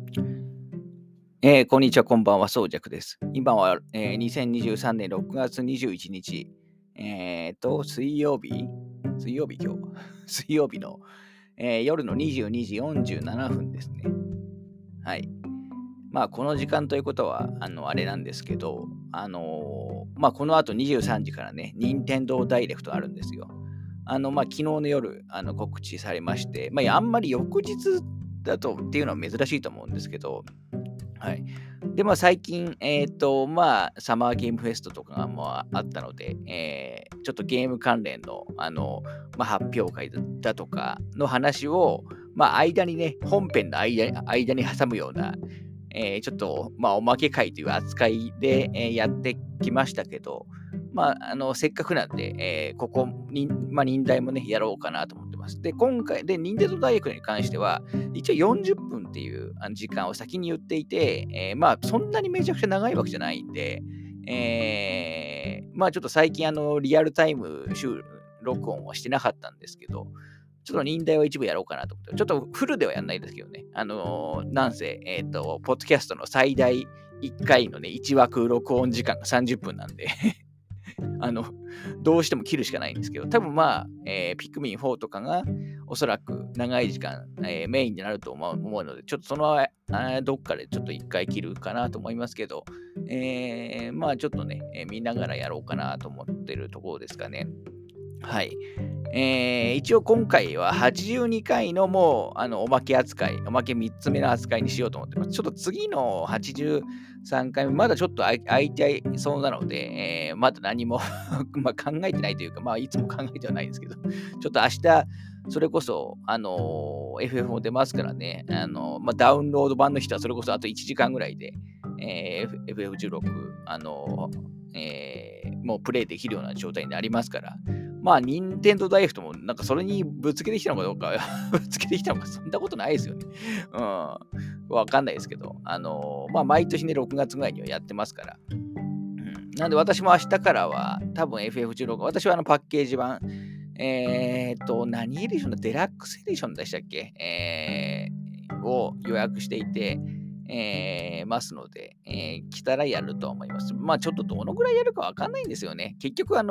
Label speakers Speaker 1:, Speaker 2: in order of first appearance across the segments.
Speaker 1: こんにちは、こんばんは、そうじゃくです。今は、2023年6月21日、水曜日今日水曜日の、夜の22時47分ですね。はい。まあ、この時間ということは、あれなんですけど、この後23時からね、任天堂ダイレクトあるんですよ。昨日の夜、告知されまして、あんまり翌日だとっていうのは珍しいと思うんですけど、はい。で、最近、サマーゲームフェストとかがあったので、ちょっとゲーム関連の、発表会だとかの話を、間にね、本編の間に挟むような、ちょっと、おまけ会という扱いで、やってきましたけど、せっかくなんで、ここに、忍耐もね、やろうかなと思ってます。で、今回、任天堂ダイレクトに関しては、一応40分っていう時間を先に言っていて、そんなにめちゃくちゃ長いわけじゃないんで、ちょっと最近、リアルタイム録音はしてなかったんですけど、ちょっと忍耐は一部やろうかなと思って、ちょっとフルではやんないですけどね。なんせ、ポッドキャストの最大1回のね、1枠録音時間が30分なんであの、どうしても切るしかないんですけど、多分ピクミン4とかがおそらく長い時間、メインになると思うので、ちょっとそのどっかでちょっと1回切るかなと思いますけど、ちょっとね、見ながらやろうかなと思ってるところですかね。はい。一応今回は82回のもう、おまけおまけ3つ目の扱いにしようと思ってます。ちょっと次の83回目、まだちょっと空いてそうなので、まだ何も考えてないというか、いつも考えてはないんですけど、ちょっと明日、それこそ、FF も出ますからね、ダウンロード版の人はそれこそあと1時間ぐらいで、FF16、もうプレイできるような状態になりますから、任天堂ダイレクトもなんかそれにぶつけてきたのかどうかぶつけてきたのか、そんなことないですよね。うん。わかんないですけど、毎年ね、6月ぐらいにはやってますから。うん。なんで私も明日からは、多分 FF16、私はパッケージ版、何エディションだデラックスエディションでしたっけを予約していて、ますので、来たらやると思います。ちょっとどのぐらいやるかわかんないんですよね。結局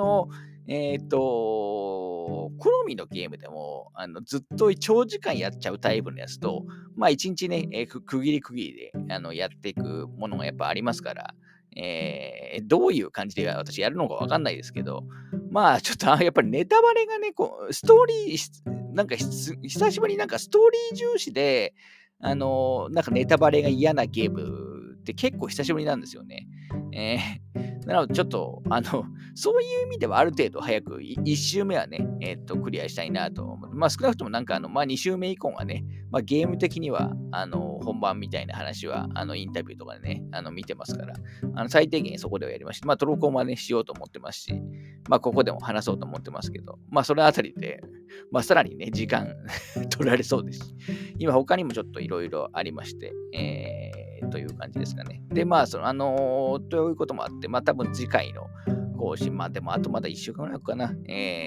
Speaker 1: 好みのゲームでも、ずっと長時間やっちゃうタイプのやつと、1日ね、区切り区切りで、やっていくものがやっぱありますから、どういう感じで私やるのかわかんないですけど、ちょっとやっぱりネタバレがね、ストーリー、なんか久しぶりになんかストーリー重視で、なんかネタバレが嫌なゲームって結構久しぶりなんですよね。なのでちょっと、そういう意味ではある程度早く1周目はね、クリアしたいなと思う。少なくともなんか2周目以降はね、ゲーム的には、本番みたいな話は、インタビューとかでね、見てますから、最低限そこではやりまして、トロコンはね、しようと思ってますし、ここでも話そうと思ってますけど、そのあたりで、さらにね、時間取られそうですし、今他にもちょっといろいろありまして、という感じですかね。で、ということもあって、多分次回の更新、でもあとまだ1週間ぐらいかな。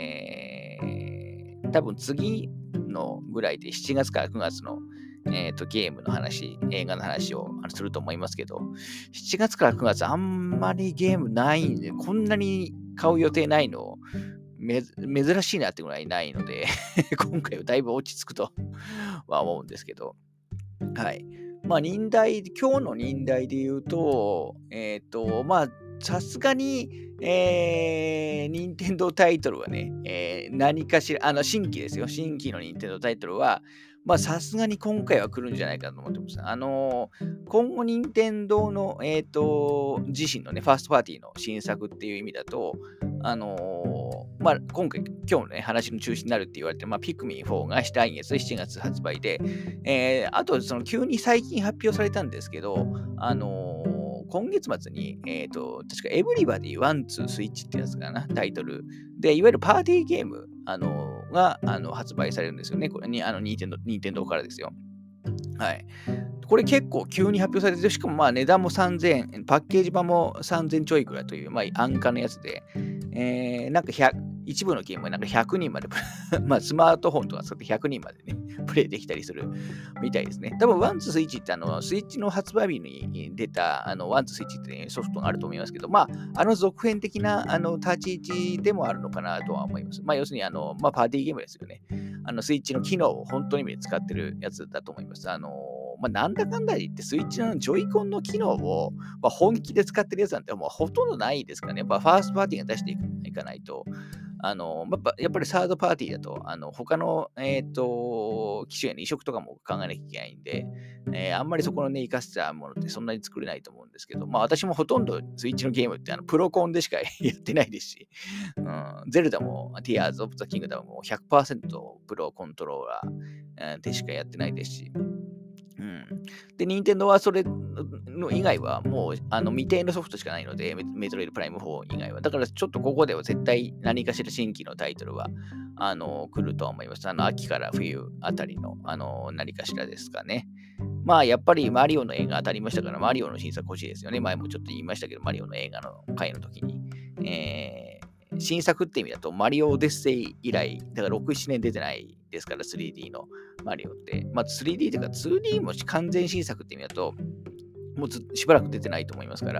Speaker 1: 多分次のぐらいで7月から9月の、ゲームの話、映画の話をすると思いますけど、7月から9月あんまりゲームないんで、こんなに買う予定ないの珍しいなってぐらいないので今回はだいぶ落ち着くとは思うんですけど、はい。今日の忍耐で言うと、さすがに、任天堂タイトルはね、何かしら、新規ですよ。新規の任天堂タイトルは、さすがに今回は来るんじゃないかと思ってます。今後任天堂の、自身のね、ファーストパーティーの新作っていう意味だと、今日のね、話の中心になるって言われて、ピクミン4が来月7月発売で、あと、急に最近発表されたんですけど、今月末に、確かエブリバディワンツースイッチってやつかな、タイトル。で、いわゆるパーティーゲーム、が、発売されるんですよね。これに、任天堂からですよ。はい。これ結構急に発表されてて、しかも値段も3000円、パッケージ版も3000ちょいくらいという、安価なやつで、なんか一部のゲームはなんか100人までまあスマートフォンとか使って100人までね、プレイできたりするみたいですね。多分、ワンツースイッチってスイッチの発売日に出た、ワンツースイッチって、ね、ソフトがあると思いますけど、まあ、続編的な、立ち位置でもあるのかなとは思います。まあ、要するに、まあ、パーティーゲームですよね。スイッチの機能を本当に使ってるやつだと思います。まあ、なんだかんだ言って、スイッチのジョイコンの機能を、まあ、本気で使ってるやつなんてもうほとんどないですからね。やっぱファーストパーティーが出していかないと、やっぱりサードパーティーだと、他の、機種への移植とかも考えなきゃいけないんで、あんまりそこのね、活かしたものってそんなに作れないと思うんですけど、まあ私もほとんどスイッチのゲームってプロコンでしかやってないですし、うん、ゼルダもティアーズ・オブ・ザ・キングダムも100%プロコントローラーでしかやってないですし、うん。で、任天堂はそれの以外はもう未定のソフトしかないので、メトロイドプライム4以外は。だからちょっとここでは絶対何かしら新規のタイトルは来るとは思います。秋から冬あたりの何かしらですかね。まあやっぱりマリオの映画当たりましたから、マリオの新作欲しいですよね。前もちょっと言いましたけど、マリオの映画の回の時に。新作って意味だと、マリオオデッセイ以来、だから6、7年出てないですから、3D のマリオって。まあ 3D というか 2D も完全新作って意味だと、もうしばらく出てないと思いますから、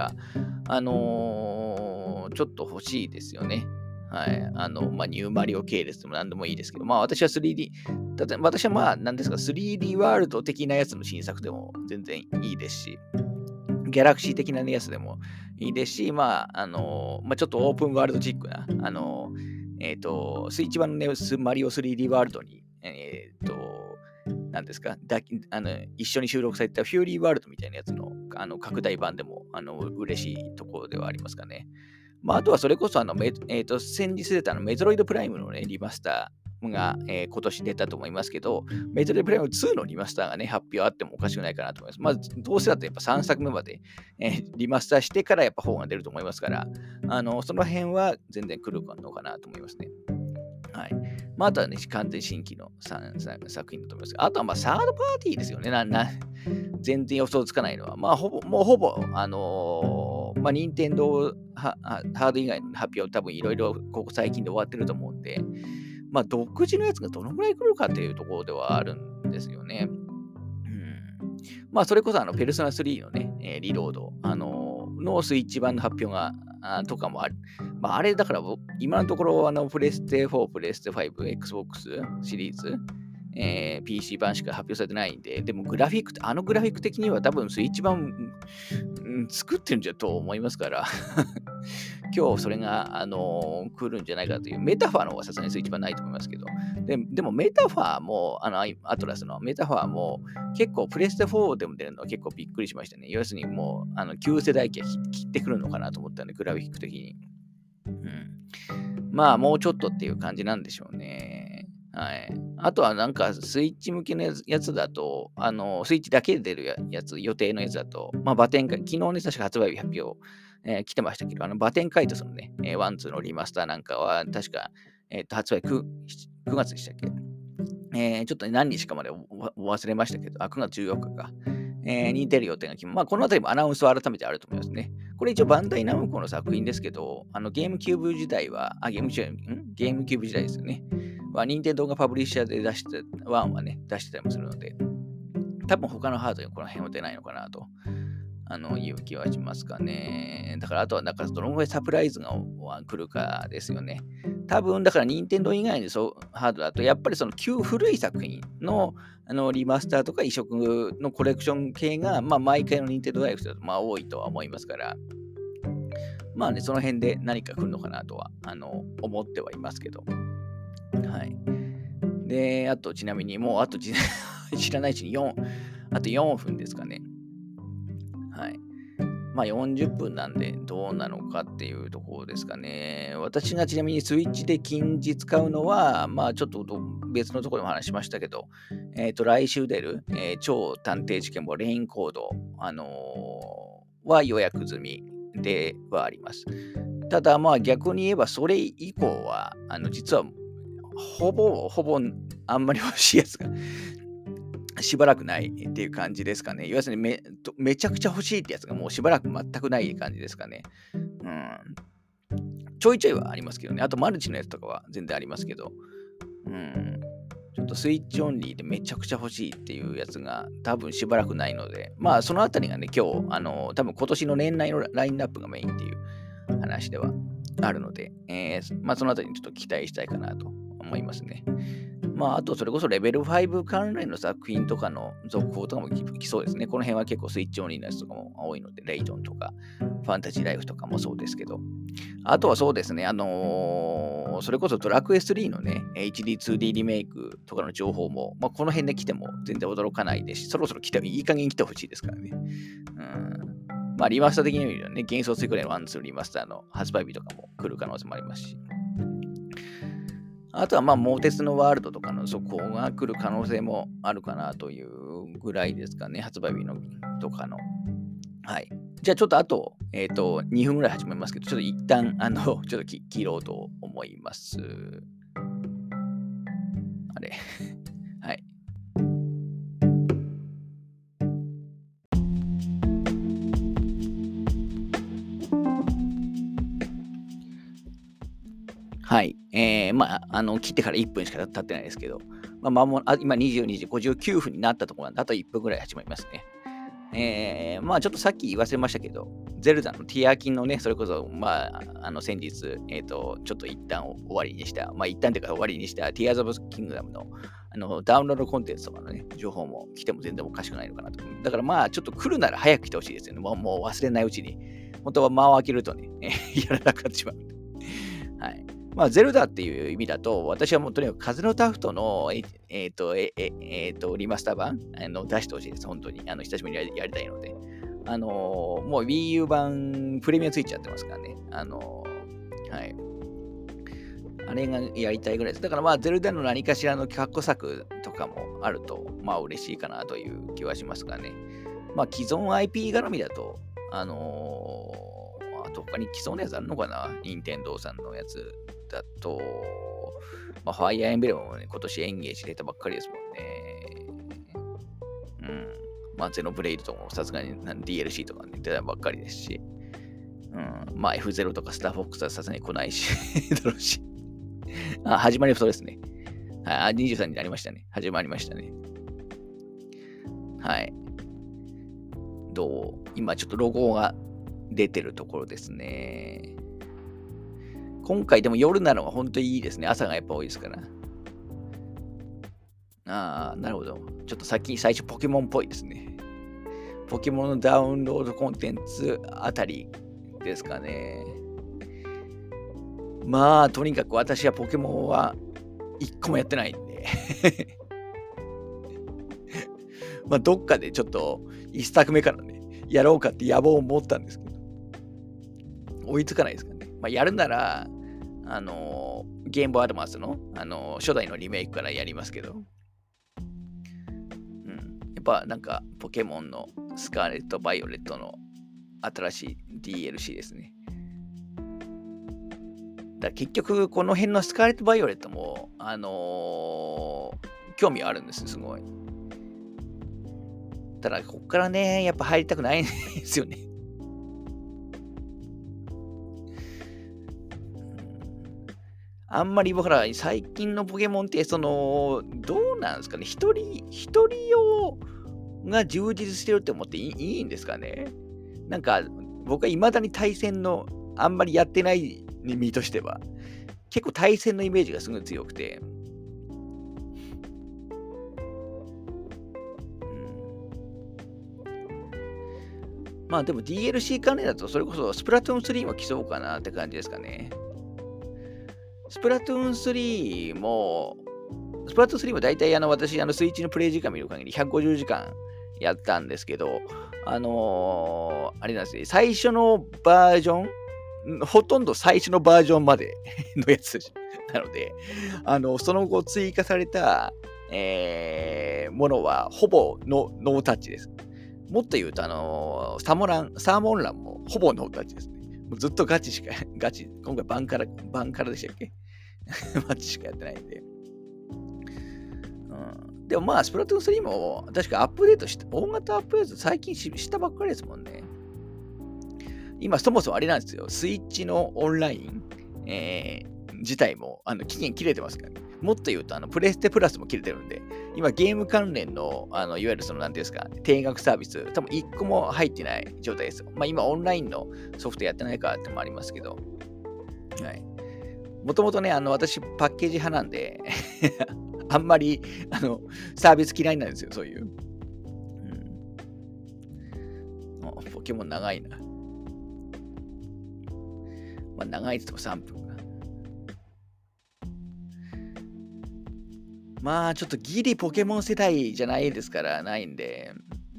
Speaker 1: ちょっと欲しいですよね。はい。まあ、ニューマリオ系列でも何でもいいですけど、まあ私は 3D、私はまあ、何ですか、3D ワールド的なやつの新作でも全然いいですし、ギャラクシー的なやつでもいいですし、まあ、まあ、ちょっとオープンワールドチックな、スイッチ版のね、マリオ 3D ワールドに、なんですか一緒に収録されたフューリーワールドみたいなやつの拡大版でも嬉しいところではありますかね。まあ、あとはそれこそ先日出たメトロイドプライムのね、リマスターが、今年出たと思いますけど、メトロイドプライム2のリマスターがね、発表あってもおかしくないかなと思います。まず、どうせだとやっぱ3作目まで、リマスターしてからやっぱ本が出ると思いますから、その辺は全然来るのかなと思いますね。はい。まあ、あとはね、完全新規の作品だと思います。あとはまあ、サードパーティーですよね。全然予想つかないのは。まあ、もうほぼ、まあ、任天堂ハード以外の発表、多分いろいろここ最近で終わってると思うんで、まあ、独自のやつがどのぐらい来るかっていうところではあるんですよね。まあ、それこそペルソナ3のね、リロード、のスイッチ版の発表が、とかもある。まあ、あれだから、今のところ、プレステ4、プレステ5、Xbox シリーズ、PC 版しか発表されてないんで、でもグラフィック、グラフィック的には多分スイッチ版、作ってるんじゃと思いますから今日それが、来るんじゃないかという、メタファーの方がさすがにスイッチ版ないと思いますけど、でもメタファーも、アトラスのメタファーも結構プレステ4でも出るのは結構びっくりしましたね。要するにもう、旧世代機は切ってくるのかなと思ったんで、グラフィック的に。まあ、もうちょっとっていう感じなんでしょうね。はい。あとはなんか、スイッチ向けのやつだと、スイッチだけで出るやつ、予定のやつだと、まあ、バテン会、昨日ね、確か発売日発表、来てましたけど、バテンカイトスのね、ワンツーのリマスターなんかは、確か、発売9月でしたっけちょっと、ね、何日かまで忘れましたけど、9月14日か。に出る予定が決まる。まあ、このあたりもアナウンスは改めてあると思いますね。これ一応バンダイナムコの作品ですけど、ゲームキューブ時代は、ゲームキューブ時代ですよね。任天堂がパブリッシャーで出して、ワンはね、出してたりもするので、多分他のハードにこの辺は出ないのかなと。いう気はしますかね。だから、あとは、なんか、どのぐらいサプライズが来るかですよね。多分、だから、任天堂以外のハードだと、やっぱりその旧古い作品のリマスターとか移植のコレクション系が、まあ、毎回の任天堂ダイレクトだと、まあ、多いとは思いますから、まあね、その辺で何か来るのかなとは、思ってはいますけど。はい。で、あと、ちなみに、もう、あと知らないうちにあと4分ですかね。はい。まあ40分なんでどうなのかっていうところですかね。私がちなみにスイッチで近日使うのは、まあちょっと別のところでも話しましたけど、来週出る、超探偵事件簿レインコード、は予約済みではあります。ただまあ逆に言えばそれ以降は、実はほぼあんまり欲しいやつがしばらくないっていう感じですかね。要するにめちゃくちゃ欲しいってやつがもうしばらく全くない感じですかね。うん。 ちょいちょいはありますけどね。あとマルチのやつとかは全然ありますけど、ちょっとスイッチオンリーでめちゃくちゃ欲しいっていうやつが多分しばらくないので、まあそのあたりがね、今日、多分今年の年内のラインナップがメインっていう話ではあるので、まあそのあたりにちょっと期待したいかなと思いますね。まああとそれこそレベル5関連の作品とかの続報とかも来そうですね。この辺は結構スイッチオンリーのやつとかも多いので、レイトンとかファンタジーライフとかもそうですけど、あとはそうですね、それこそドラクエ3のね、HD、2D リメイクとかの情報も、まあ、この辺で来ても全然驚かないですし、そろそろ来てもいい加減来てほしいですからね。まあ、リマスター的に見るとね、幻想水くらいの1、2リマスターの発売日とかも来る可能性もありますし。あとは、まあ、モーテスのワールドとかの速報が来る可能性もあるかなというぐらいですかね、発売日のとかの。はい。じゃあちょっとあと、2分ぐらい始めますけど、ちょっと一旦、ちょっと切ろうと思います。あれ。はい。はい。まあ、切ってから1分しか経ってないですけど、まあ、今22時59分になったところなんで、あと1分ぐらい始まりますね。まあちょっとさっき言わせましたけど、ゼルダのティアキンのね、それこそ、まあ、先日、ちょっと一旦終わりにした、まあ一旦というか終わりにしたティアーズ・オブ・キングダムの、ダウンロードコンテンツとかのね、情報も来ても全然おかしくないのかなと。だからまあちょっと来るなら早く来てほしいですよね。もう忘れないうちに。本当は間を空けるとね、やらなくなってしまう。はい。まあ、ゼルダっていう意味だと、私はもうとにかく風のタフトの、リマスター版出してほしいです。本当に。久しぶりにやりたいので。もう Wii U 版プレミアついちゃってますからね。はい。あれがやりたいぐらいです。だからまあ、ゼルダの何かしらの過去作とかもあると、まあ嬉しいかなという気はしますがね。まあ、既存 IP 絡みだと、あと他に既存のやつあるのかな、任天堂さんのやつだと、まあ、ファイアーエンブレムもね、今年エンゲージ出たばっかりですもんね。まあ、ゼノブレイドとかもさすがに DLC とかね、出たばっかりですし。まあ、F0 とかスターフォックスはさすがに来ないし、だろうし。始まりそうですね。はい、23になりましたね。始まりましたね。はい。今ちょっとロゴが出てるところですね。今回でも夜なのが本当にいいですね。朝がやっぱ多いですから。なるほど。ちょっと最初ポケモンっぽいですね。ポケモンのダウンロードコンテンツあたりですかね。まあ、とにかく私はポケモンは一個もやってないんで。まあ、どっかでちょっと一作目からね、やろうかって野望を持ったんですけど、追いつかないですかね。まあ、やるなら、ゲームボーイアドバンスの、初代のリメイクからやりますけど、やっぱなんか、ポケモンのスカーレット・バイオレットの新しい DLC ですね。だから結局、この辺のスカーレット・バイオレットも、興味あるんです、すごい。ただ、こっからね、やっぱ入りたくないんですよね。あんまり僕ら最近のポケモンって、どうなんですかね、一人用が充実してるって思っていいんですかね。なんか、僕は未だに対戦の、あんまりやってない身としては、結構対戦のイメージがすごい強くて、まあでも DLC 関連だと、それこそスプラトゥーン3も来そうかなって感じですかね。スプラトゥーン3も、大体私、スイッチのプレイ時間見る限り150時間やったんですけど、あれなんですね、最初のバージョン、ほとんど最初のバージョンまでのやつなので、その後追加された、ものはほぼノータッチです。もっと言うと、サーモンランもほぼノータッチですね。もうずっとガチ、今回バンカラでしたっけマッチしかやってないんで。でもまあ、スプラトゥーン3も確かアップデートして、大型アップデート最近したばっかりですもんね。今、そもそもあれなんですよ。スイッチのオンライン自体も期限切れてますからね。もっと言うと、プレステプラスも切れてるんで、今ゲーム関連の、いわゆるその、なんていうんですか、定額サービス、多分1個も入ってない状態ですよ。まあ今オンラインのソフトやってないからってのもありますけど、はい。もともとね、私パッケージ派なんであんまり、サービス嫌いなんですよ、そういう。ポケモン長いな。まあ長いって言っても3分か。まあちょっとギリポケモン世代じゃないですから、ないんで。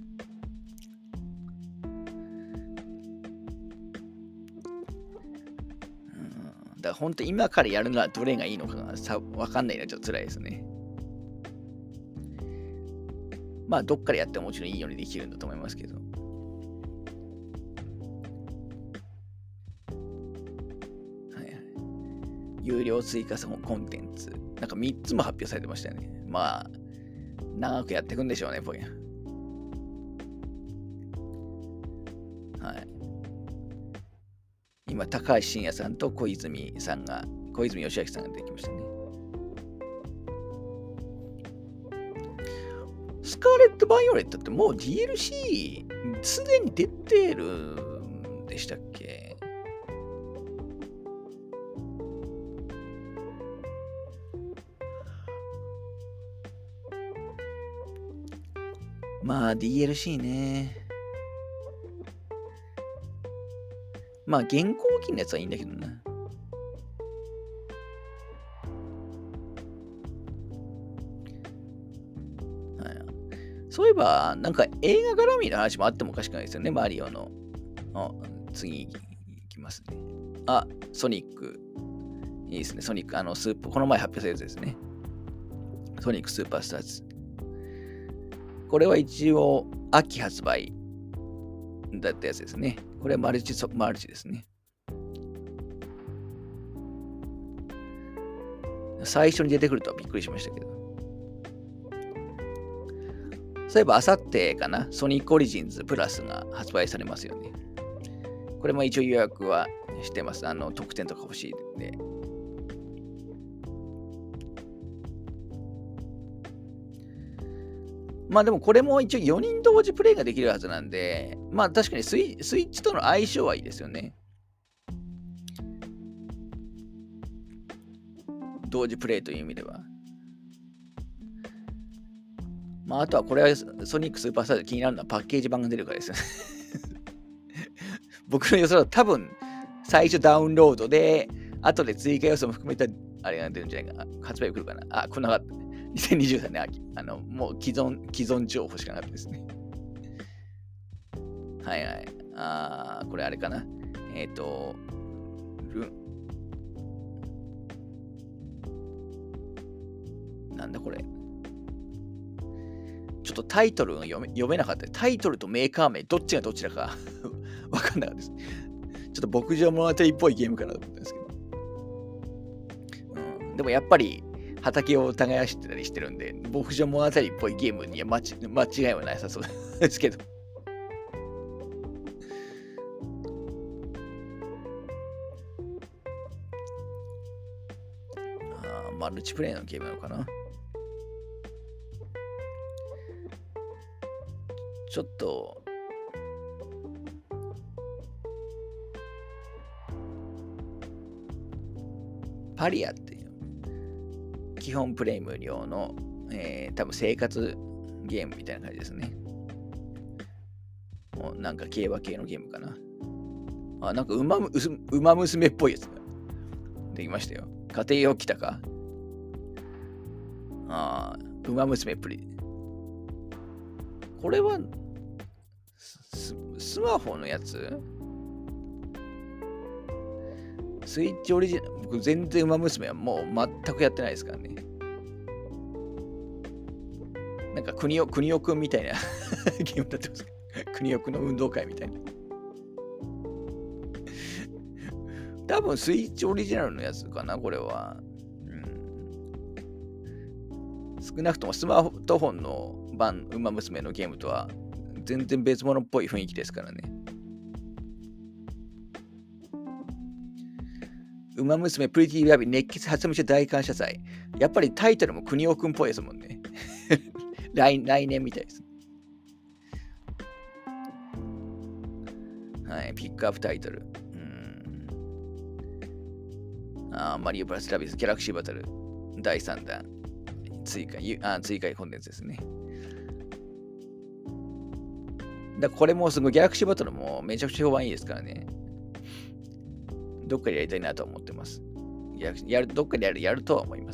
Speaker 1: だから本当今からやるのはどれがいいのかがわかんないのはちょっと辛いですね。まあどっからやってももちろんいいようにできるんだと思いますけど。はいはい。有料追加コンテンツ。なんか3つも発表されてましたよね。まあ、長くやっていくんでしょうね、ポケモン。はい。今、高橋真也さんと小泉義明さんが出てきましたね。スカーレット・バイオレットってもう DLC すでに出てるんでしたっけ？まあ DLC ね。まあ現行機のやつはいいんだけどな。そういえば、なんか映画絡みの話もあってもおかしくないですよね、マリオの。次行きますね。ソニック。いいですね、ソニック。この前発表されたやつですね。ソニックスーパースターズ。これは一応、秋発売だったやつですね。これはマルチですね。最初に出てくるとはびっくりしましたけど。そういえば、あさってかな、ソニックオリジンズプラスが発売されますよね。これも一応予約はしてます。特典とか欲しいんで。まあでもこれも一応4人同時プレイができるはずなんで、まあ確かにスイッチとの相性はいいですよね。同時プレイという意味では。まああとはこれはソニックスーパースターで気になるのはパッケージ版が出るからですよ。僕の予想は多分最初ダウンロードで、後で追加要素も含めたあれが出るんじゃないかな。発売来るかな。来なかった。2023年秋。もう既存情報しかなかったですね。はいはい。これあれかな。なんだこれ。ちょっとタイトルが読めなかった。タイトルとメーカー名、どっちがどちらかわかんなかったです。ちょっと牧場物語っぽいゲームかなと思ったんですけど。でもやっぱり畑を耕してたりしてるんで、牧場物語っぽいゲームには間違いはなさそうですけど。マルチプレイのゲームなのかな。ちょっと、パリアっていう、基本プレイ無料の、多分生活ゲームみたいな感じですね。もうなんか競馬系のゲームかな。なんか馬娘っぽいやつができましたよ。家庭用来たか。馬娘プリ。これはスマホのやつ？スイッチオリジナル、僕全然馬娘はもう全くやってないですからね。なんか国尾くんみたいなゲームになってます。国尾くんの運動会みたいな。多分スイッチオリジナルのやつかな、これは。少なくともスマートフォンの版馬娘のゲームとは全然別物っぽい雰囲気ですからね。 ウマ娘プリティラビ熱血初見者大感謝祭。やっぱりタイトルも国尾くんっぽいですもんね。来年みたいです。はい、ピックアップタイトル。マリオプラスラビスギャラクシーバトル第3弾。追加コンテンツですね。これもすごいギャラクシーバトルもめちゃくちゃ評判いいですからね。どっかでやりたいなと思ってます。どっかでやるとは思います。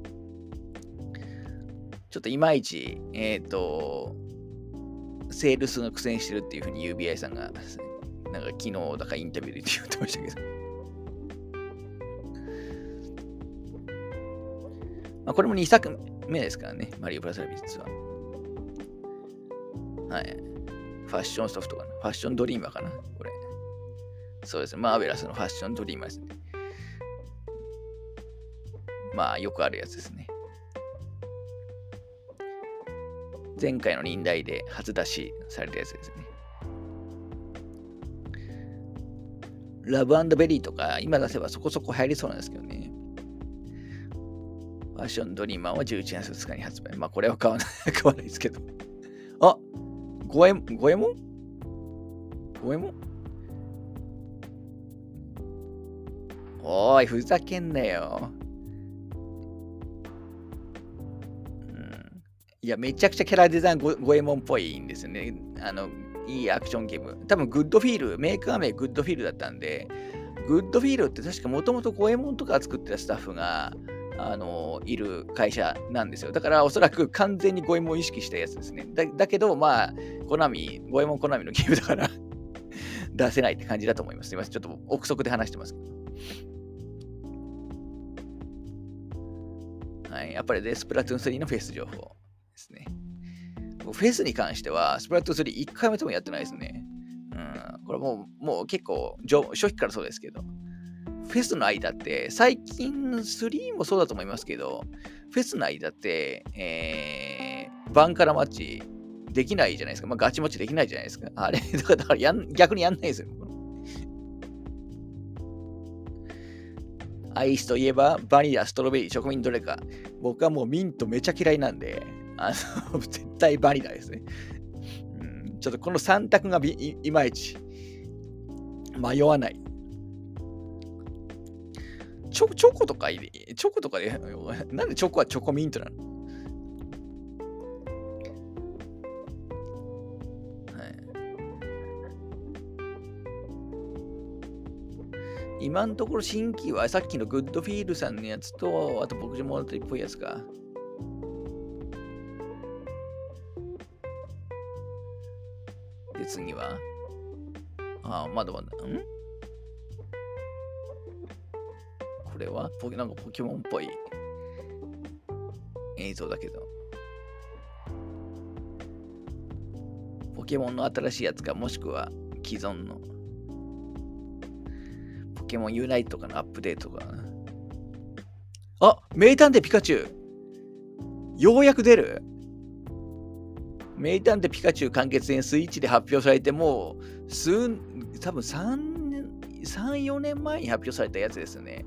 Speaker 1: ちょっといまいち、セールスが苦戦してるっていうふうに UBI さんが、なんか昨日だかインタビューで言ってましたけど。これも2作目ですからね、マリオプラスラビスは。はい。ファッションソフトかな。ファッションドリーマーかな、これ。そうですね、マーベラスのファッションドリーマーですね。まあ、よくあるやつですね。前回の忍耐で初出しされたやつですね。ラブ&ベリーとか今出せばそこそこ入りそうなんですけどね。ファッションドリーマーは11月2日に発売。まあこれは買わないですけど。あ、ゴエモンおーい、ふざけんなよ。いや、めちゃくちゃキャラデザインゴエモンっぽいんですよね。いいアクションゲーム。多分、グッドフィール、メーカー名グッドフィールだったんで、グッドフィールって確かもともとゴエモンとか作ってたスタッフが、いる会社なんですよ。だから、おそらく完全にゴエモンを意識したやつですね。だけど、まあ、ゴエモンコナミのゲームだから出せないって感じだと思います。すみません。ちょっと憶測で話してますけど。はい。やっぱりで、スプラトゥーン3のフェス情報ですね。フェスに関しては、スプラトゥーン3、1回目ともやってないですね。これもう結構、初期からそうですけど、フェスの間って、最近3もそうだと思いますけど、フェスの間って、バンカラマッチできないじゃないですか。まあ、ガチマッチできないじゃないですか。あれ、だから逆にやんないですよ。アイスといえば、バニラ、ストロベリー、チョコミンどれか。僕はもうミントめちゃ嫌いなんで、絶対バニラですね。ちょっとこの3択がいまいち迷わない。チョコとかで、なんでチョコはチョコミントなの？はい、今のところ新規はさっきのグッドフィールさんのやつと、あと僕じゃ物語っぽいやつか。で、次はまだ。これはなんかポケモンっぽい映像だけど。ポケモンの新しいやつか、もしくは既存のポケモンユナイトとかのアップデートかな。あ、名探偵ピカチュウようやく出る。名探偵ピカチュウ完結編スイッチで発表されてもう多分3、4年前に発表されたやつですよね。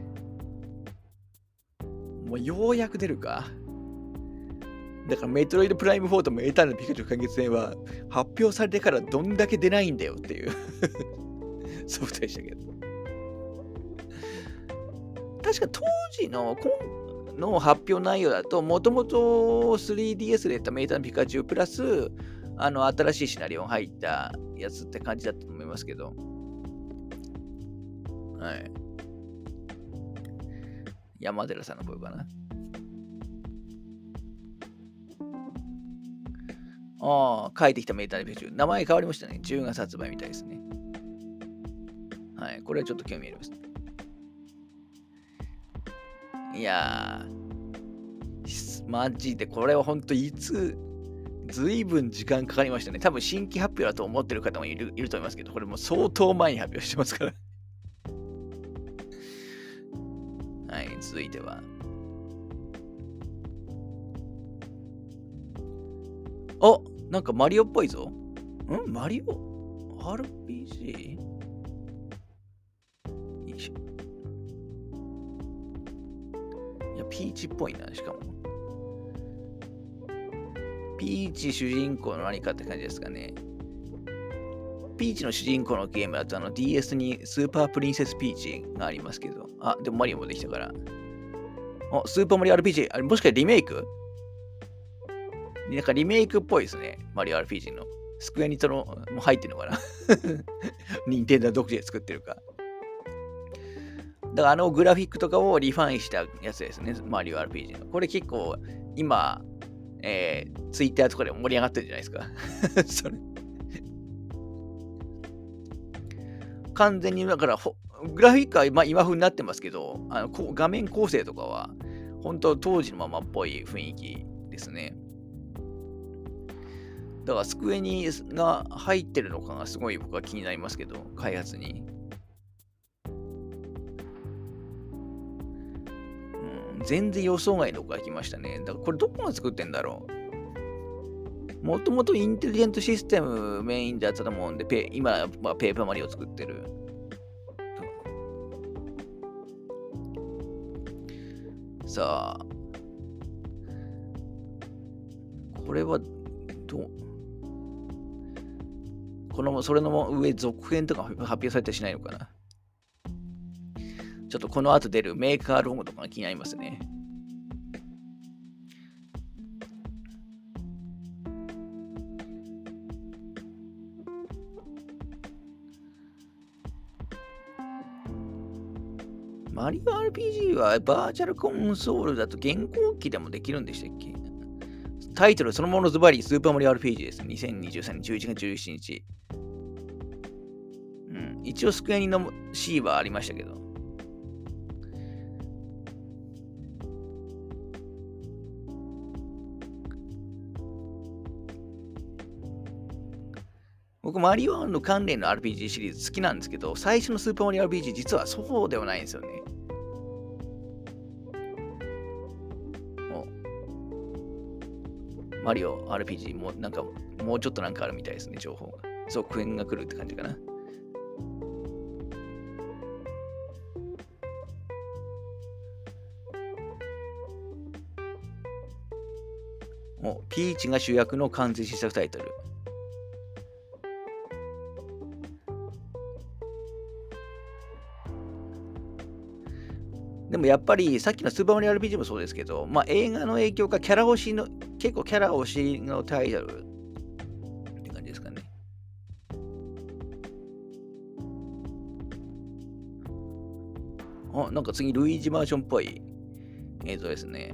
Speaker 1: もうようやく出るか。だからメトロイドプライム4と名探偵ピカチュウ完結編は発表されてからどんだけ出ないんだよっていうソフトでしたけど。確か当時の発表内容だと、もともと 3DS でやった名探偵ピカチュウプラス、新しいシナリオが入ったやつって感じだったと思いますけど。はい。山寺さんの声かな。書いてきた名探偵ピカチュウ。名前変わりましたね。10月発売みたいですね。はい。これはちょっと興味あります。いやー、マジでこれは本当ずいぶん時間かかりましたね。多分新規発表だと思ってる方もいると思いますけど、これも相当前に発表してますから。はい、続いては。なんかマリオっぽいぞ。マリオ ?RPG? よいしょ。 ピーチっぽいな、しかも。ピーチ主人公の何かって感じですかね。ピーチの主人公のゲームだとDS にスーパープリンセスピーチがありますけど。あ、でもマリオもできたから。スーパーマリオ RPG。あれ、もしかしてリメイク？なんかリメイクっぽいですね。マリオ RPG の。スクエニとのも入ってるのかな任天堂独自で作ってるか。だからグラフィックとかをリファインしたやつですね。マリオ RPG の。これ結構今、ツイッターとかでも盛り上がってるんじゃないですか。それ完全に、だからグラフィックは今風になってますけど、画面構成とかは、本当当時のままっぽい雰囲気ですね。だからスクエニが入ってるのかがすごい僕は気になりますけど、開発に。全然予想外のとこが来ましたね。だからこれどこが作ってんだろう。もともとインテリジェントシステムメインでやってたと思うんで、今はペーパーマリオを作ってる。さあ、これはそれの上、続編とか発表されたりしないのかな。ちょっとこの後出るメーカーロゴとかが気になりますね。マリオ RPG はバーチャルコンソールだと現行機でもできるんでしたっけ？タイトルそのものズバリスーパーマリオ RPG です。2023年11月17日。一応スクエニの C はありましたけど。僕、マリオの関連の RPG シリーズ好きなんですけど、最初のスーパーマリオ RPG 実はそうではないんですよね。マリオ RPG もなんかもうちょっとなんかあるみたいですね、情報が。続編が来るって感じかな。ピーチが主役の完全新作タイトル。でもやっぱりさっきのスーパーマリオ RPG もそうですけど、映画の影響か結構キャラ推しのタイトルって感じですかね。なんか次ルイージバージョンっぽい映像ですね。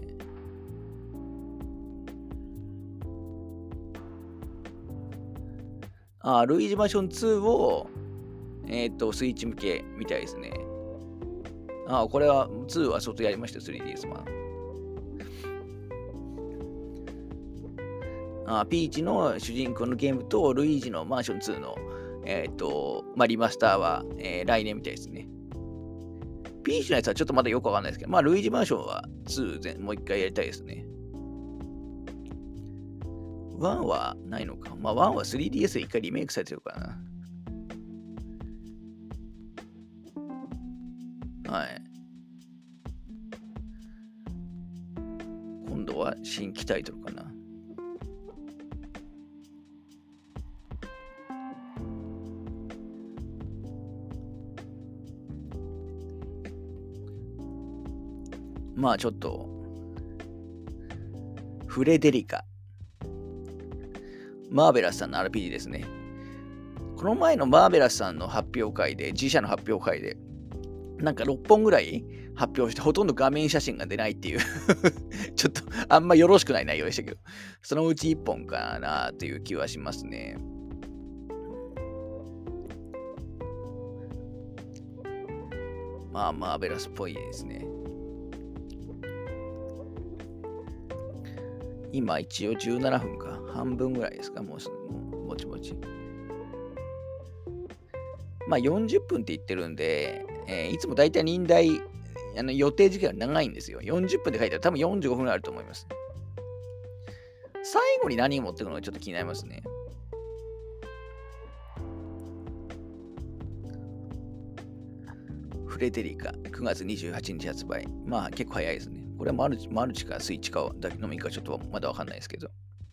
Speaker 1: ルイージバージョン2を、スイッチ向けみたいですね。これは2は外やりました、3DS 版。ピーチの主人公のゲームとルイージのマンション2の、リマスターは、来年みたいですね。ピーチのやつはちょっとまだよくわかんないですけど、ルイージマンションは2もう一回やりたいですね。1はないのか。1は 3DS で一回リメイクされてるからな。はい。今度は新規タイトルかな。ちょっと、フレデリカ。マーベラスさんの RPG ですね。この前のマーベラスさんの発表会で、自社の発表会で、なんか6本ぐらい発表して、ほとんど画面写真が出ないっていうちょっとあんまよろしくない内容でしたけど、そのうち1本かなという気はしますね。マーベラスっぽいですね。今一応17分か。半分ぐらいですか。もうすぐ、ぼちぼち。40分って言ってるんで、いつもだいたい忍耐、予定時間が長いんですよ。40分で書いたら多分45分ぐらいあると思います。最後に何を持ってくるのかちょっと気になりますね。フレデリカ、9月28日発売。結構早いですね。 これはマルチかスイッチかだけのみかちょっとまだわかんないですけど。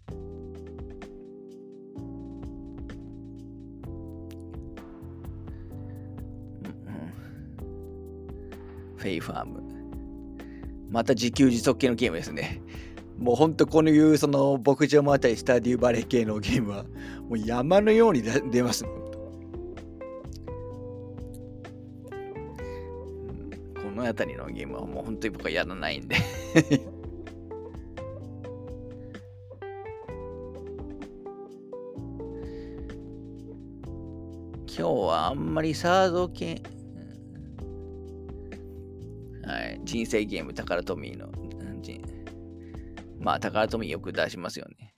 Speaker 1: フェイファーム。また自給自足系のゲームですね。もうほんとこういうその牧場もあたりスタデューバレー系のゲームはもう山のように出ます。このあたりのゲームはもう本当に僕はやらないんで今日はあんまりサード系、はい、人生ゲーム、タカラトミーの、まあ、タカラトミーよく出しますよね。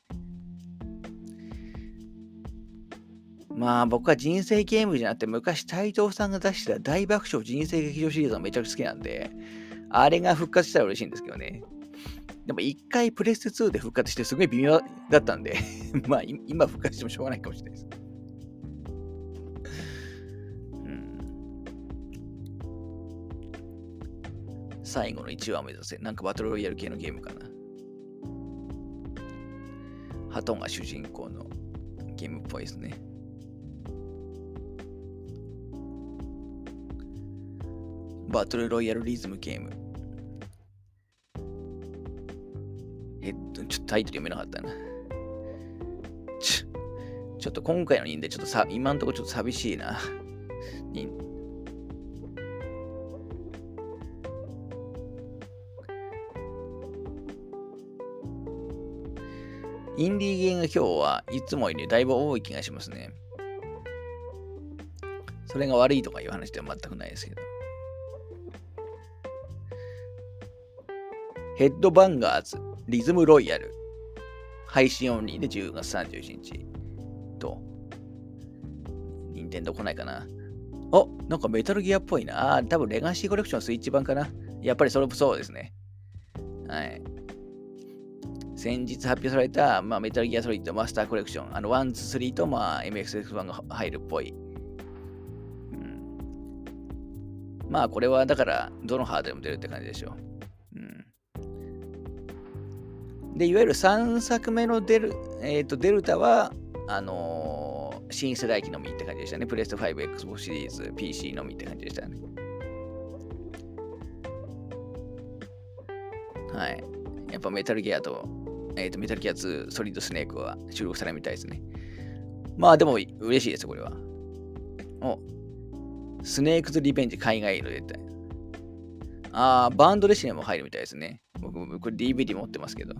Speaker 1: まあ、僕は人生ゲームじゃなくて、昔、斎藤さんが出した大爆笑人生劇場シリーズがめちゃくちゃ好きなんで、あれが復活したら嬉しいんですけどね。でも、一回プレステ2で復活して、すごい微妙だったんでまあ、今復活してもしょうがないかもしれないです。最後の1話を目指せ。なんかバトルロイヤル系のゲームかな。ハトンが主人公のゲームっぽいですね。バトルロイヤルリズムゲーム。ちょっとタイトル読めなかったな。ちょっと今回の人でちょっと今んところちょっと寂しいな。インディーゲームが今日はいつもよりだいぶ多い気がしますね。それが悪いとかいう話では全くないですけど。ヘッドバンガーズ、リズムロイヤル、配信オンリーで10月31日と、任天堂来ないかな。なんかメタルギアっぽいな。多分レガシーコレクションスイッチ版かな。やっぱりそうですね。はい。先日発表された、メタルギアソリッドマスターコレクション、1、2、3と、MXX1 が入るっぽい。これはだから、どのハードでも出るって感じでしょう。で、いわゆる3作目のデルタは、新世代機のみって感じでしたね。プレステ5、Xbox シリーズ、PC のみって感じでしたね。はい。やっぱメタルギアと、メタルギア2、ソリッドスネークは収録されるみたいですね。でも嬉しいですよ、これは。スネークズリベンジ海外の出た。バンドレシネも入るみたいですね。僕、これ DVD 持ってますけど。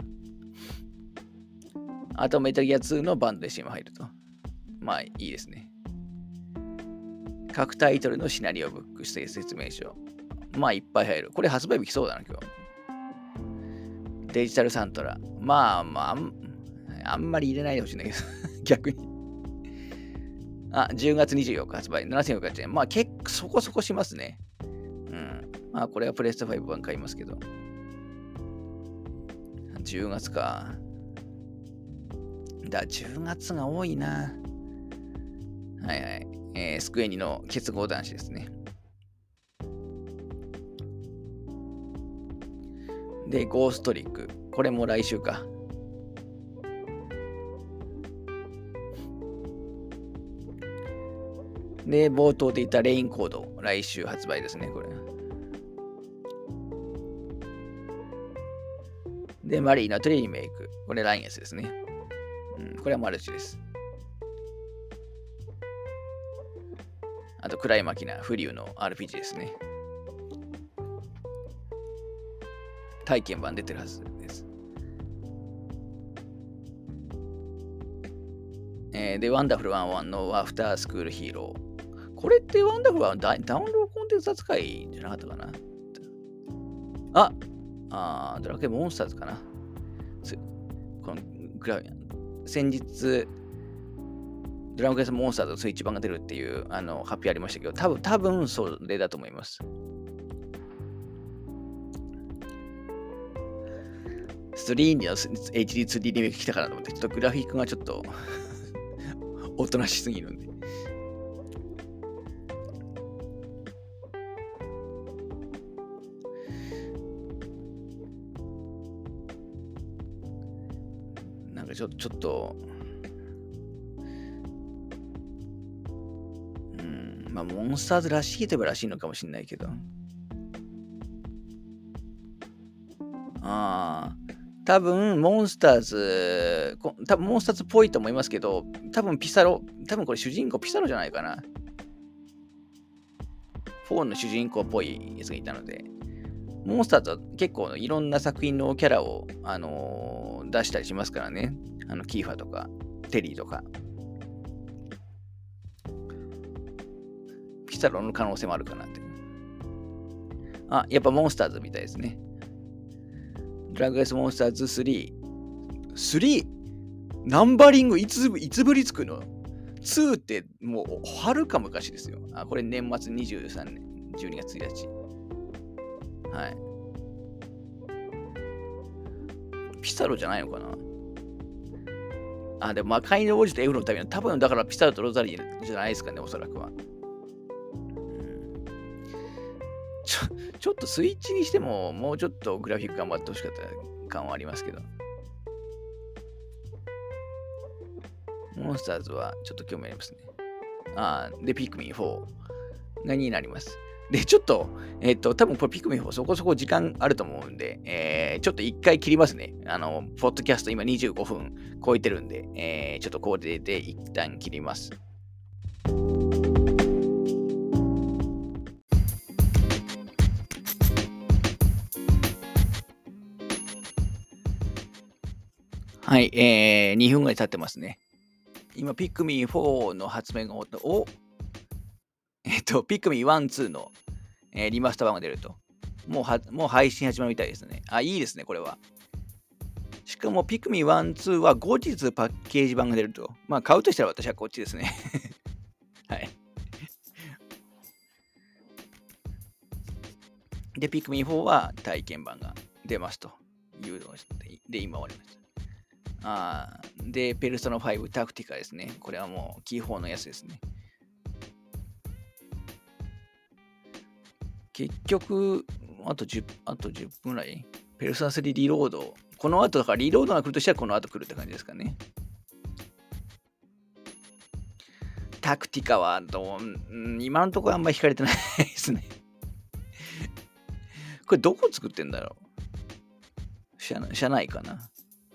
Speaker 1: あと、メタルギア2のバンドレシネも入ると。いいですね。各タイトルのシナリオブック、説明書。いっぱい入る。これ発売日来そうだな、今日。デジタルサントラ。あんまり入れないでほしいんだけど、逆に。10月24日発売、7400円。結構そこそこしますね。これはプレステ5版買いますけど。10月か。10月が多いな。はいはい。スクエニの結合男子ですね。で、ゴーストリック。これも来週か。で、冒頭で言ったレインコード。来週発売ですね、これ。で、マリーナとリメイク。これ来月ですね。これはマルチです。あと、クライマキナ、フリューの RPG ですね。体験版出てるはずです。で、ワンダフル101のアフタースクールヒーロー。これってワンダフルはダウンロードコンテンツ扱いじゃなかったかな。ドラクエモンスターズかな。この先日、ドラゴンクエストモンスターズのスイッチ版が出るっていう発表ありましたけど、多分それだと思います。3の HD2D リメイク来たかなと思って、ちょっとグラフィックがちょっとおとなしすぎるんで。 なんかちょっと、まあ、モンスターズらしいといえばらしいのかもしれないけど。多分モンスターズっぽいと思いますけど、多分これ主人公ピサロじゃないかな。4の主人公っぽいやつがいたので、モンスターズは結構いろんな作品のキャラを、出したりしますからね。キーファとか、テリーとか。ピサロの可能性もあるかなって。やっぱモンスターズみたいですね。ドラッグレースモンスターズ3。3? ナンバリングいつぶりつくの？ 2 ってもうはるか昔ですよ。これ年末23年12月1日。はい。ピサロじゃないのかな？でも魔界の王子とエウロのための多分だからピサロとロザリーじゃないですかね、おそらくは。ちょっとスイッチにしてももうちょっとグラフィック頑張ってほしかった感はありますけど。モンスターズはちょっと興味ありますね。で、ピクミン4がになります。で、ちょっと、多分これピクミン4そこそこ時間あると思うんで、ちょっと一回切りますね。ポッドキャスト今25分超えてるんで、ちょっとこれで一旦切ります。はい、2分ぐらい経ってますね。今、ピクミン4の発明がピクミン1、2の、リマスター版が出ると。もう配信始まるみたいですね。いいですね、これは。しかも、ピクミン1、2は後日パッケージ版が出ると。まあ、買うとしたら私はこっちですね。はい。で、ピクミン4は体験版が出ますというので、今終わりました。で、ペルソナ5タクティカですね。これはもうキー4のやつですね。結局、あと10分ぐらい。ペルソナ3リロード。この後だからリロードが来るとしたらこの後来るって感じですかね。タクティカは今のところあんまり惹かれてないですね。これどこ作ってんだろう？社内かな。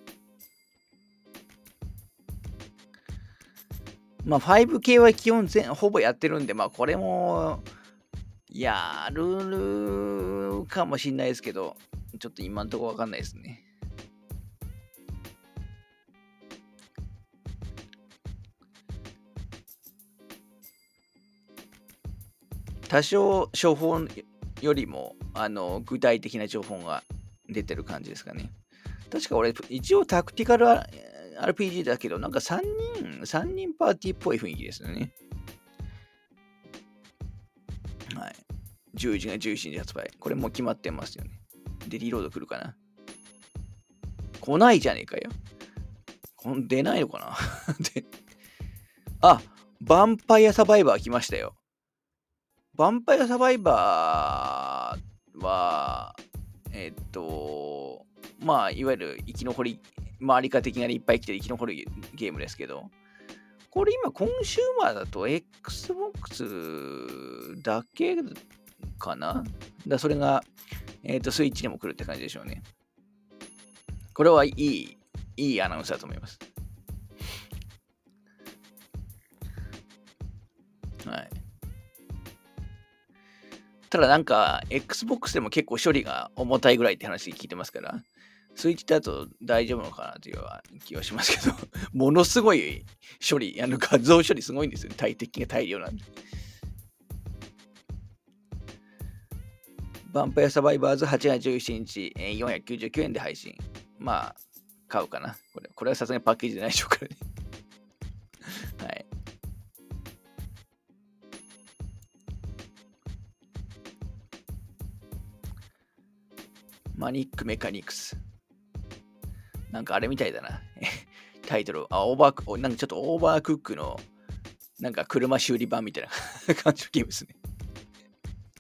Speaker 1: まあ 5K は基本ほぼやってるんで、まあこれもやるかもしんないですけど、ちょっと今のところわかんないですね。多少処方よりも具体的な情報が出てる感じですかね。確か俺、一応タクティカル RPG だけど、なんか3人パーティーっぽい雰囲気ですよね。はい。11月11日発売。これもう決まってますよね。で、リロード来るかな？来ないじゃねえかよ。出ないのかなで、ヴァンパイアサバイバー来ましたよ。ヴァンパイアサバイバーは、まあ、いわゆる生き残り、周り化的ないっぱい来て生き残るゲームですけど、これ今コンシューマーだと Xbox だけかな？それが、スイッチにも来るって感じでしょうね。これはいいアナウンスだと思います。はい。ただなんか、Xbox でも結構処理が重たいぐらいって話聞いてますから、スイッチだと大丈夫のかなという気はしますけど、ものすごい処理、画像処理すごいんですよね。大量なんで。ヴァンパイアサバイバーズ8月17日、499円で配信。まあ、買うかな。これはさすがにパッケージじゃないでしょうからね。はい。マニックメカニクス。なんかあれみたいだな。タイトル。なんかちょっとオーバークックの、なんか車修理版みたいな感じのゲームですね。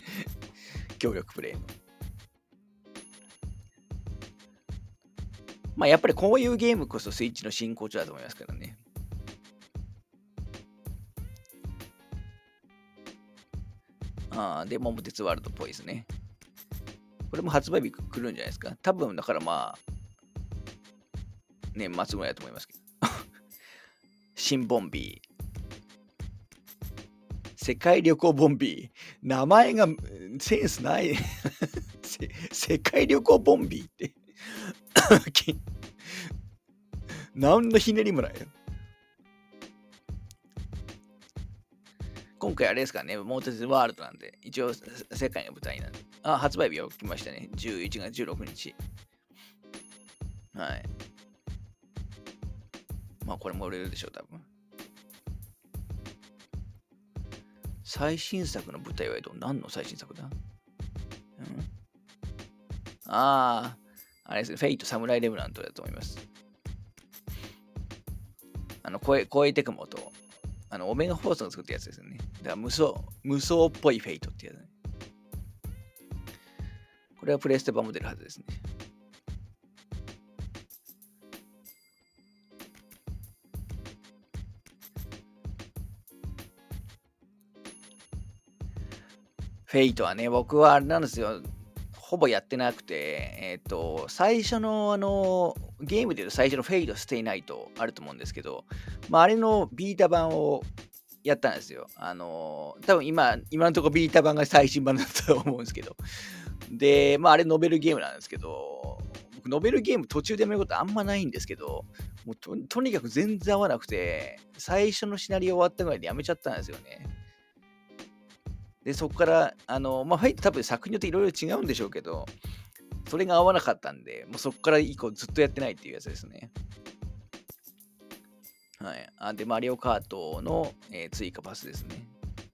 Speaker 1: 協力プレイの。 まあやっぱりこういうゲームこそスイッチの真骨頂だと思いますけどね。で、桃鉄ワールドっぽいですね。これも発売日来るんじゃないですか。多分だからまあ、年末ぐらいだと思いますけど。新ボンビー。世界旅行ボンビー。名前がセンスない。世界旅行ボンビーって。何のひねりもないよ。今回あれですかね、モーテスワールドなんで、一応世界の舞台なんで。発売日は来ましたね。11月16日。はい。まあこれも売れるでしょう、多分。最新作の舞台は何の最新作だ？あれですね、フェイト・サムライ・レブラントだと思います。超えてくもと、オメガフォースが作ったやつですよね。だから無双っぽいフェイトってやつね。これはプレイステ版も出るはずですね。フェイトはね、僕はあれなんですよ。ほぼやってなくて、最初のゲームでいう最初のフェイト・ステイ・ナイトあると思うんですけど、あれのビータ版をやったんですよ。多分今のところビータ版が最新版だと思うんですけど。で、あれノベルゲームなんですけど、僕ノベルゲーム途中でやめることあんまないんですけど、もうとにかく全然合わなくて、最初のシナリオ終わったぐらいでやめちゃったんですよね。で、そこから、ファイト多分作品によっていろいろ違うんでしょうけど、それが合わなかったんで、もうそこから以降ずっとやってないっていうやつですね。はい。で、マリオカートの、追加パスですね。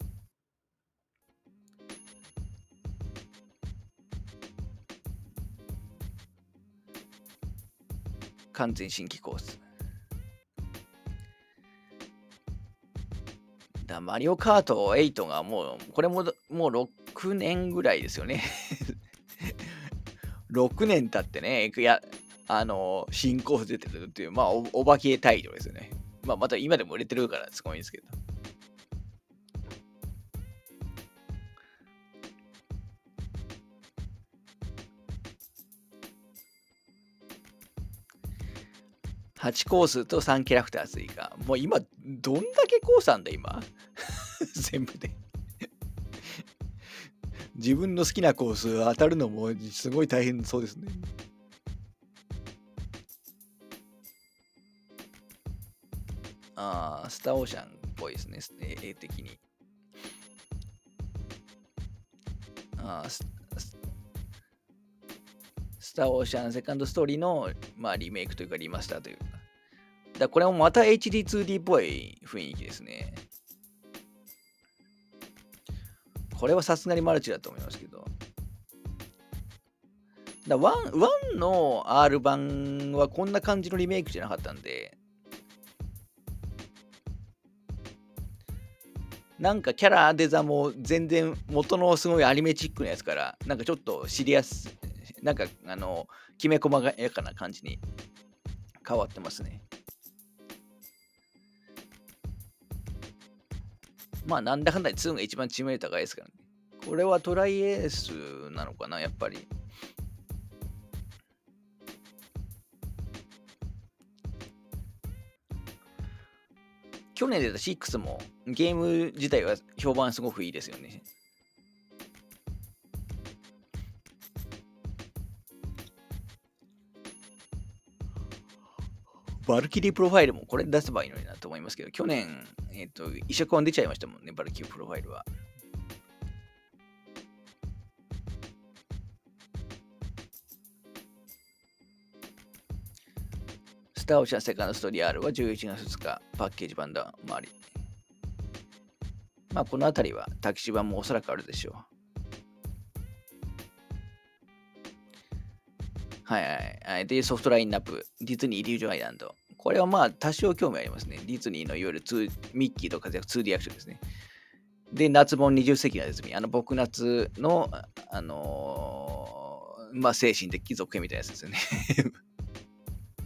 Speaker 1: 完全新規コース。マリオカート8がこれももう6年ぐらいですよね。6年経ってね、新コース出てるっていう、お化けタイトルですよね。また今でも売れてるからすごいんですけど。8コースと3キャラクター追加。もう今、どんだけコースあんだ、今。全部で。自分の好きなコース当たるのもすごい大変そうですね。スターオーシャンっぽいですね、絵的に。スターオーシャンセカンドストーリーの、リメイクというかリマスターというか。これもまた HD2D っぽい雰囲気ですね。これはさすがにマルチだと思いますけど。1の R 版はこんな感じのリメイクじゃなかったんで、なんかキャラデザも全然元のすごいアニメチックなやつから、なんかちょっとシリアス、なんかきめ細やかな感じに変わってますね。なんだかんだ2が一番知名度高いですからね。これはトライエースなのかな、やっぱり。去年出た6もゲーム自体は評判すごくいいですよね。バルキリープロファイルもこれ出せばいいのになと思いますけど、去年、移植版出ちゃいましたもんね、バルキリープロファイルは。スターオーシャンセカンドストーリー R は11月2日、パッケージ版だ、周り。このあたりは、タキシ版もおそらくあるでしょう。はい。で、ソフトラインナップ、ディズニー・イリュージョン・アイランド。これは多少興味ありますね。ディズニーのいわゆるミッキーと活躍 2D アクションですね。で、夏本20世紀のネズミ。僕夏の、精神的貴族編みたいなやつですよね。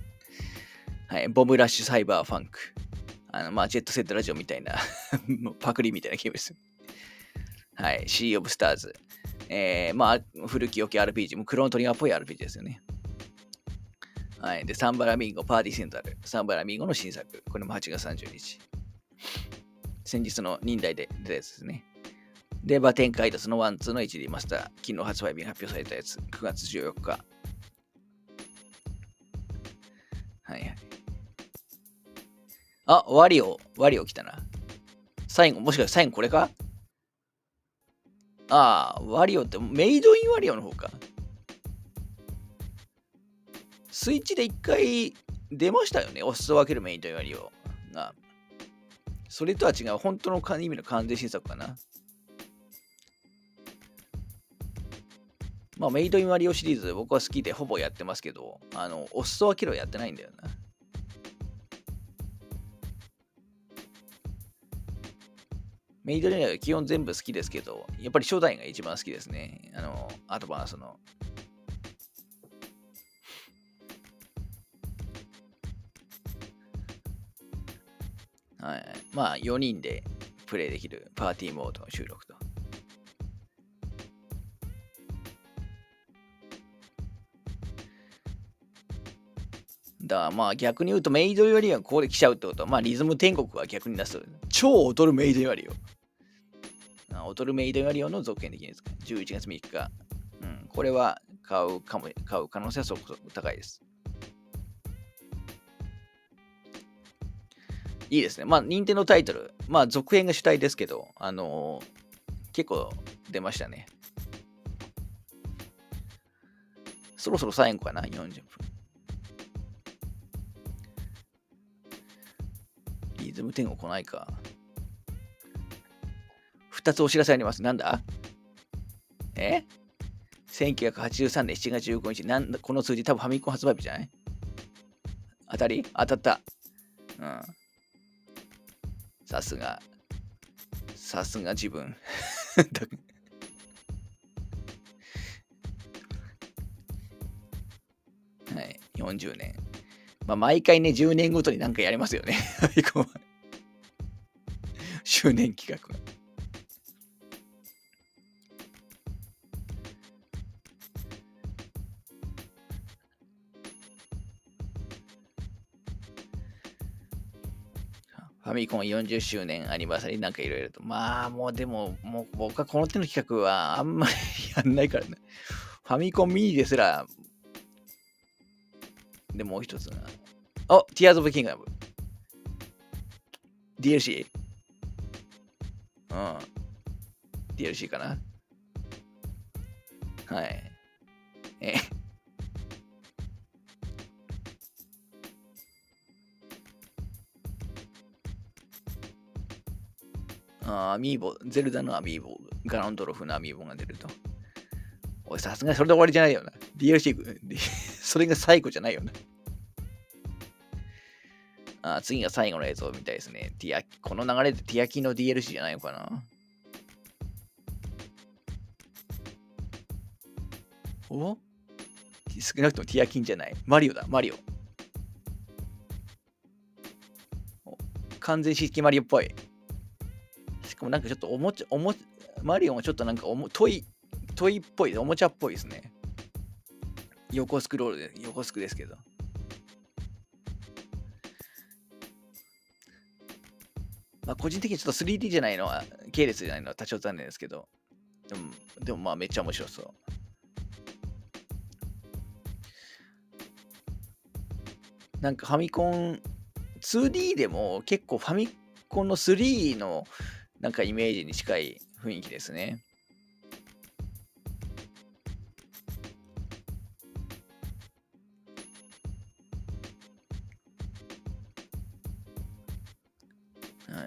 Speaker 1: はい、ボムラッシュサイバーファンク。まあ、ジェットセットラジオみたいなパクリみたいなゲームです。はい、シー・オブ・スターズ。まあ、古き良き RPG、もクロノトリガーっぽい RPG ですよね。はい。で、サンバラミンゴ、パーティーセンタル。サンバラミンゴの新作。これも8月30日。先日の忍耐で出たやつですね。で、バテンカイダスの1、2の HD マスター。昨日発売日発表されたやつ。9月14日。はいはい。あ、ワリオ来たな。最後、もしかして最後これか？ああ、ワリオってメイドインワリオの方か。スイッチで一回出ましたよね。お裾分けるメイドインワリオが。それとは違う、本当の意味の完全新作かな。まあ、メイドインワリオシリーズ僕は好きでほぼやってますけど、お裾分けるはやってないんだよな。メイドインワリオ基本全部好きですけど、やっぱり初代が一番好きですね。アドバンスの。はい。まあ、4人でプレイできるパーティーモードの収録と。だからまあ逆に言うとメイドよりはここで来ちゃうってことは、まあリズム天国は逆に出す。超踊るメイドよりを。踊るメイドよりの続編的ですか。11月3日。うん、これは買う可能性はすごく高いです。いいですね。まあ、任天堂タイトル。まあ、続編が主体ですけど、結構出ましたね。そろそろ最後かな、40分。リズム天国来ないか。2つお知らせあります。なんだ1983年7月15日。なんだこの数字多分ファミコン発売日じゃない？当たった。うん。さすが自分。はい、40年。まあ、毎回ね、10年ごとになんかやりますよね。周年企画。ファミコン40周年アニバーサリーなんかいろいろと。まあ、もうでも、もう僕はこの手の企画はあんまりやんないからね。ファミコンミニですら、でもう一つな。お、Tears of the Kingdom。DLC? うん。DLC かな。はい。え、アミーボ、ゼルダのアミーボ、ガランドロフのアミーボが出ると。おい、さすがにそれで終わりじゃないよな。DLC、それが最後じゃないよな。次が最後の映像みたいですね。この流れでティアキの DLC じゃないのかな。お少なくともティアキンじゃない。マリオだ、マリオ。完全式マリオっぽい。しかもなんかちょっとマリオもちょっとなんかトイっぽい、おもちゃっぽいですね。横スクロールで、横スクですけど。まあ、個人的にちょっと 3D じゃないのは、系列じゃないのは多少残念ですけど、でもまあめっちゃ面白そう。なんかファミコン 2D でも結構ファミコンの3のなんかイメージに近い雰囲気ですね。はい、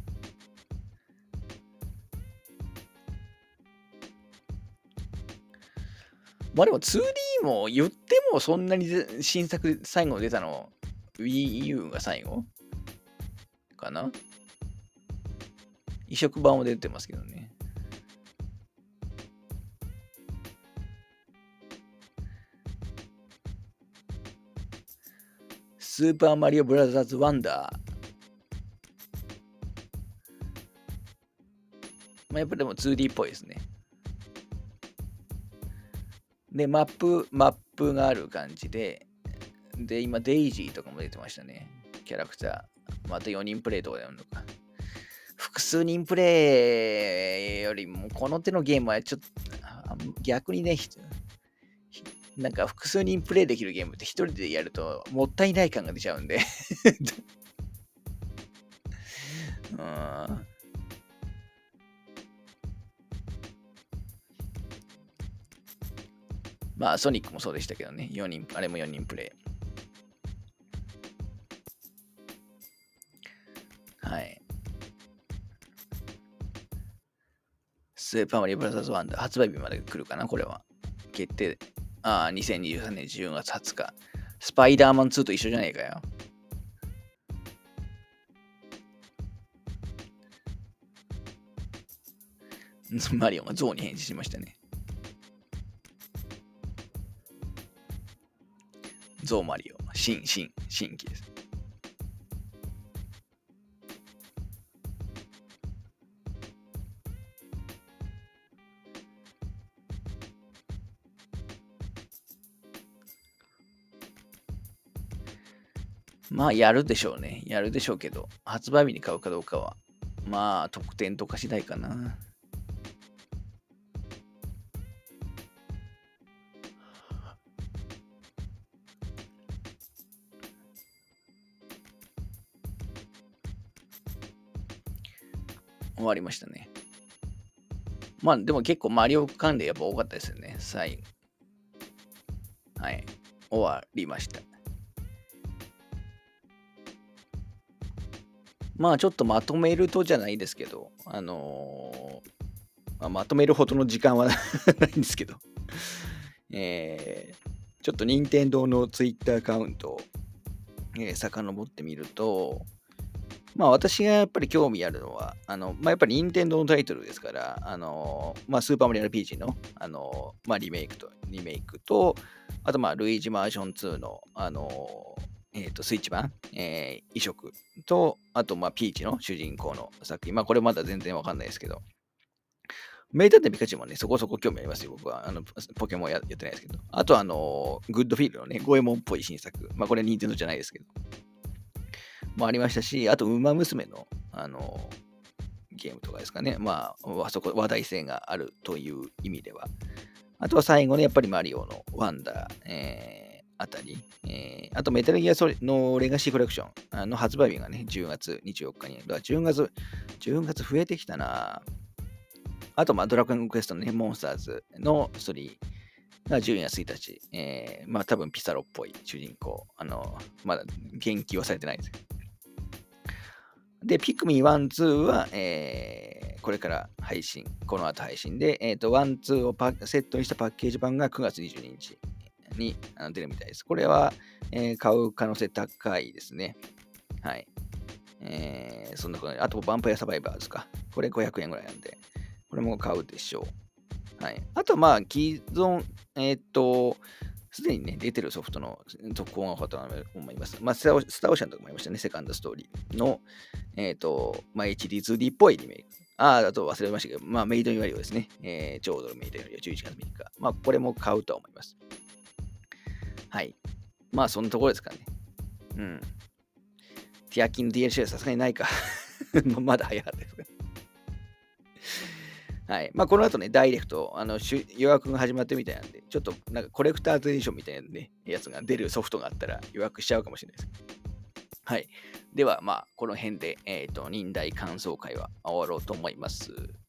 Speaker 1: まあでも 2D も言ってもそんなに新作最後出たの Wii U が最後かな。移植版も出てますけどね。 スーパーマリオブラザーズワンダー。まあ、やっぱでも 2D っぽいですね。で、マップがある感じで、で、今、デイジーとかも出てましたね。キャラクター。また4人プレイとかでやるのか。複数人プレイよりも、この手のゲームはちょっと、逆にね、なんか複数人プレイできるゲームって一人でやるともったいない感が出ちゃうんでまあ、ソニックもそうでしたけどね。あれも4人プレイ。はい。スーパーマリオブラザーズワンダー発売日まで来るかな、これは。決定。2023年10月20日。スパイダーマン2と一緒じゃねえかよ。マリオがゾウに変身しましたね。ゾウマリオ。新規です。まあ、やるでしょうね。やるでしょうけど、発売日に買うかどうかは、まあ、特典とか次第かな。終わりましたね。まあ、でも結構マリオ関連やっぱ多かったですよね。最後。はい。終わりました。まあ、ちょっとまとめるとじゃないですけど、まとめるほどの時間はないんですけど、ちょっと任天堂のツイッターアカウントを、遡ってみると、まあ私がやっぱり興味あるのは、やっぱり任天堂のタイトルですから、スーパーマリオ RPG の、リメイクと、あとルイージバージョン2の、スイッチ版、移植と、あとピーチの主人公の作品。これまだ全然わかんないですけど、メイタテピカチュウもね、そこそこ興味ありますよ、僕は。ポケモンやってないですけど。あとグッドフィールドのね、ゴエモンっぽい新作。これ任天堂じゃないですけど。もありましたし、あと、ウマ娘の、ゲームとかですかね。そこ話題性があるという意味では。あとは最後にやっぱりマリオのワンダー、あたり、あとメタルギアのレガシーコレクションの発売日がね、10月24日に。だから10月増えてきたな。あと、ドラゴンクエストのね、モンスターズの3が12月1日。多分ピサロっぽい主人公。まだ言及はされてないです。で、ピクミン1、2は、これから配信、この後配信で、1、2をセットにしたパッケージ版が9月22日に出るみたいです。これは、買う可能性高いですね。はい。そんなことで、あと、ヴァンパイアサバイバーですか。これ500円ぐらいなんで、これも買うでしょう。はい。あと、既存、すでにね、出てるソフトの続行が多かったと思います。スターオーシャンとかもありましたね、セカンドストーリーの、HD2D っぽいリメイク。あと忘れましたけど、メイドインワリオですね。ちょうどメイドインワリオ11月3日。これも買うとは思います。はい。そんなところですかね。うん。ティアキンの DLC はさすがにないか。まだ早かったですか。はい。この後ね、ダイレクト、予約が始まってるみたいなんで、ちょっとなんかコレクターズエディションみたいなね、やつが出るソフトがあったら予約しちゃうかもしれないです。はい。では、この辺で、忍耐感想会は終わろうと思います。